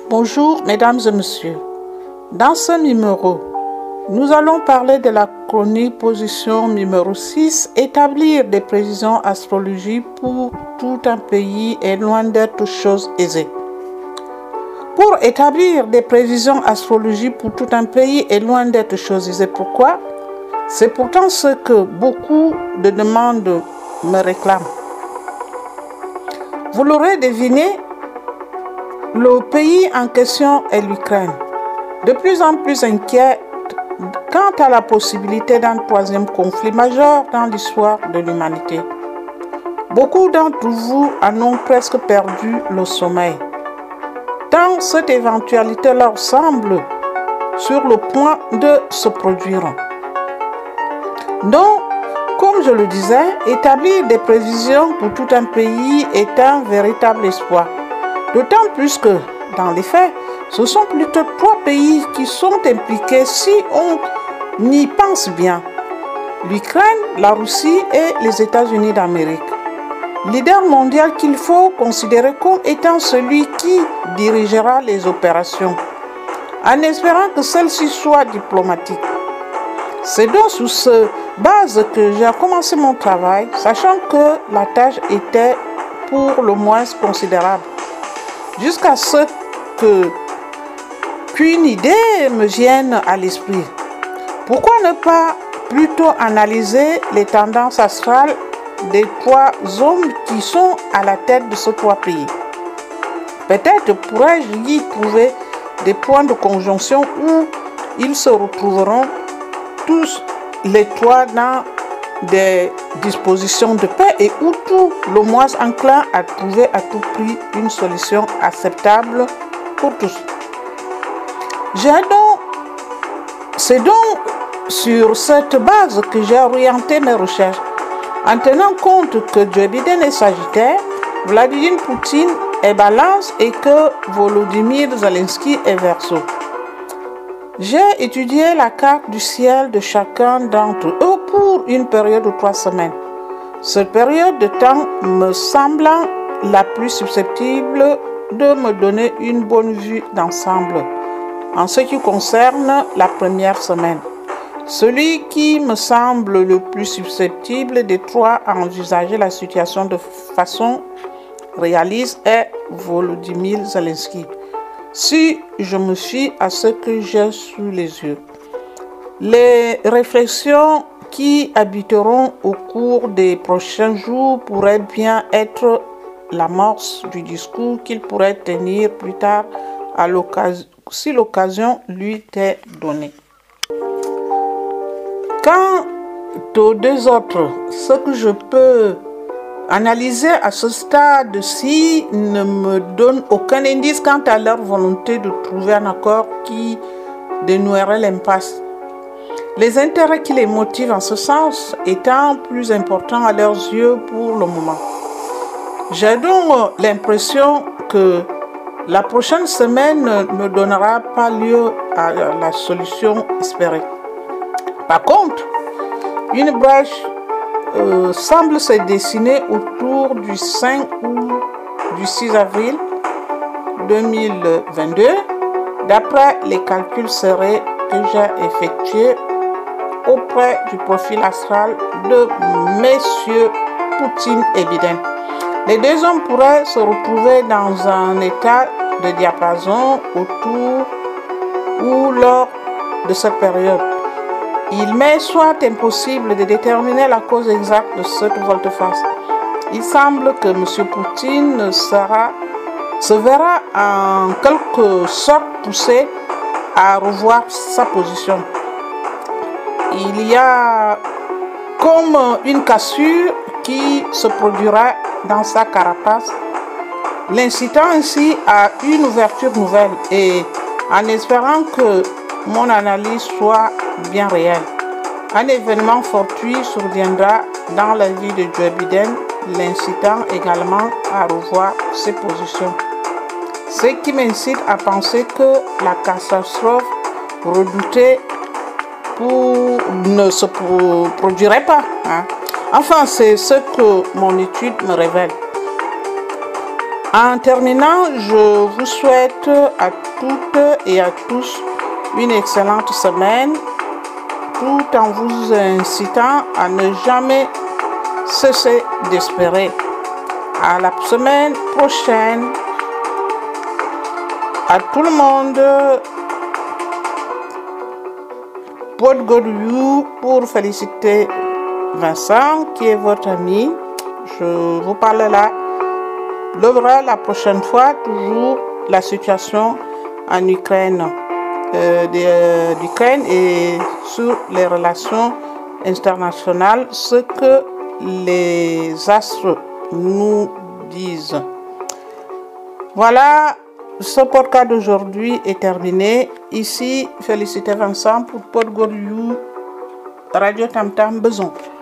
Bonjour mesdames et messieurs. Dans ce numéro, nous allons parler de la chronique position numéro 6, établir des prévisions astrologiques pour tout un pays est loin d'être chose aisée. Pour établir des prévisions astrologiques pour tout un pays est loin d'être chose aisée. Pourquoi? C'est pourtant ce que beaucoup de demandes me réclament. Vous l'aurez deviné, le pays en question est l'Ukraine. De plus en plus inquiet quant à la possibilité d'un troisième conflit majeur dans l'histoire de l'humanité. Beaucoup d'entre vous en ont presque perdu le sommeil, tant cette éventualité leur semble sur le point de se produire. Donc, comme je le disais, établir des prévisions pour tout un pays est un véritable espoir. D'autant plus que, dans les faits, ce sont plutôt 3 pays qui sont impliqués si on y pense bien. L'Ukraine, la Russie et les États-Unis d'Amérique. Leader mondial qu'il faut considérer comme étant celui qui dirigera les opérations, en espérant que celles-ci soient diplomatiques. C'est donc sur ce base que j'ai commencé mon travail, sachant que la tâche était pour le moins considérable. Jusqu'à ce qu'une idée me vienne à l'esprit. Pourquoi ne pas plutôt analyser les tendances astrales des 3 hommes qui sont à la tête de ces 3 pays? Peut-être pourrais-je y trouver des points de conjonction où ils se retrouveront tous les 3 dans des dispositions de paix et où tout le moins enclin à trouver à tout prix une solution acceptable pour tous. C'est donc sur cette base que j'ai orienté mes recherches, en tenant compte que Joe Biden est Sagittaire, Vladimir Poutine est Balance et que Volodymyr Zelensky est Verseau. J'ai étudié la carte du ciel de chacun d'entre eux pour une période de 3 semaines. Cette période de temps me semblant la plus susceptible de me donner une bonne vue d'ensemble en ce qui concerne la première semaine. Celui qui me semble le plus susceptible des 3 à envisager la situation de façon réaliste est Volodymyr Zelensky. Si je me fie à ce que j'ai sous les yeux, les réflexions qui habiteront au cours des prochains jours pourraient bien être l'amorce du discours qu'il pourrait tenir plus tard si l'occasion lui était donnée. Quant aux 2 autres, ce que je peux analyser à ce stade-ci ne me donne aucun indice quant à leur volonté de trouver un accord qui dénouerait l'impasse. Les intérêts qui les motivent en ce sens étant plus importants à leurs yeux pour le moment. J'ai donc l'impression que la prochaine semaine ne donnera pas lieu à la solution espérée. Par contre, une brèche semble se dessiner autour du 5 ou du 6 avril 2022, d'après les calculs serrés que j'ai effectués auprès du profil astral de messieurs Poutine et Biden. Les 2 hommes pourraient se retrouver dans un état de diapason autour ou lors de cette période. Il m'est soit impossible de déterminer la cause exacte de cette volte-face. Il semble que M. Poutine se verra en quelque sorte poussé à revoir sa position. Il y a comme une cassure qui se produira dans sa carapace, l'incitant ainsi à une ouverture nouvelle et en espérant que mon analyse soit bien réelle. Un événement fortuit surviendra dans la vie de Joe Biden, l'incitant également à revoir ses positions. Ce qui m'incite à penser que la catastrophe redoutée ne se produirait pas. Enfin, c'est ce que mon étude me révèle. En terminant, je vous souhaite à toutes et à tous une excellente semaine, tout en vous incitant à ne jamais cesser d'espérer. À la semaine prochaine. À tout le monde, God God You pour féliciter Vincent qui est votre ami. Je vous parle là. La prochaine fois, toujours la situation en Ukraine, d'Ukraine et sur les relations internationales, ce que les astres nous disent. Voilà, ce podcast d'aujourd'hui est terminé. Ici, félicitez Vincent pour God God You, Radio Tam Tam Beson.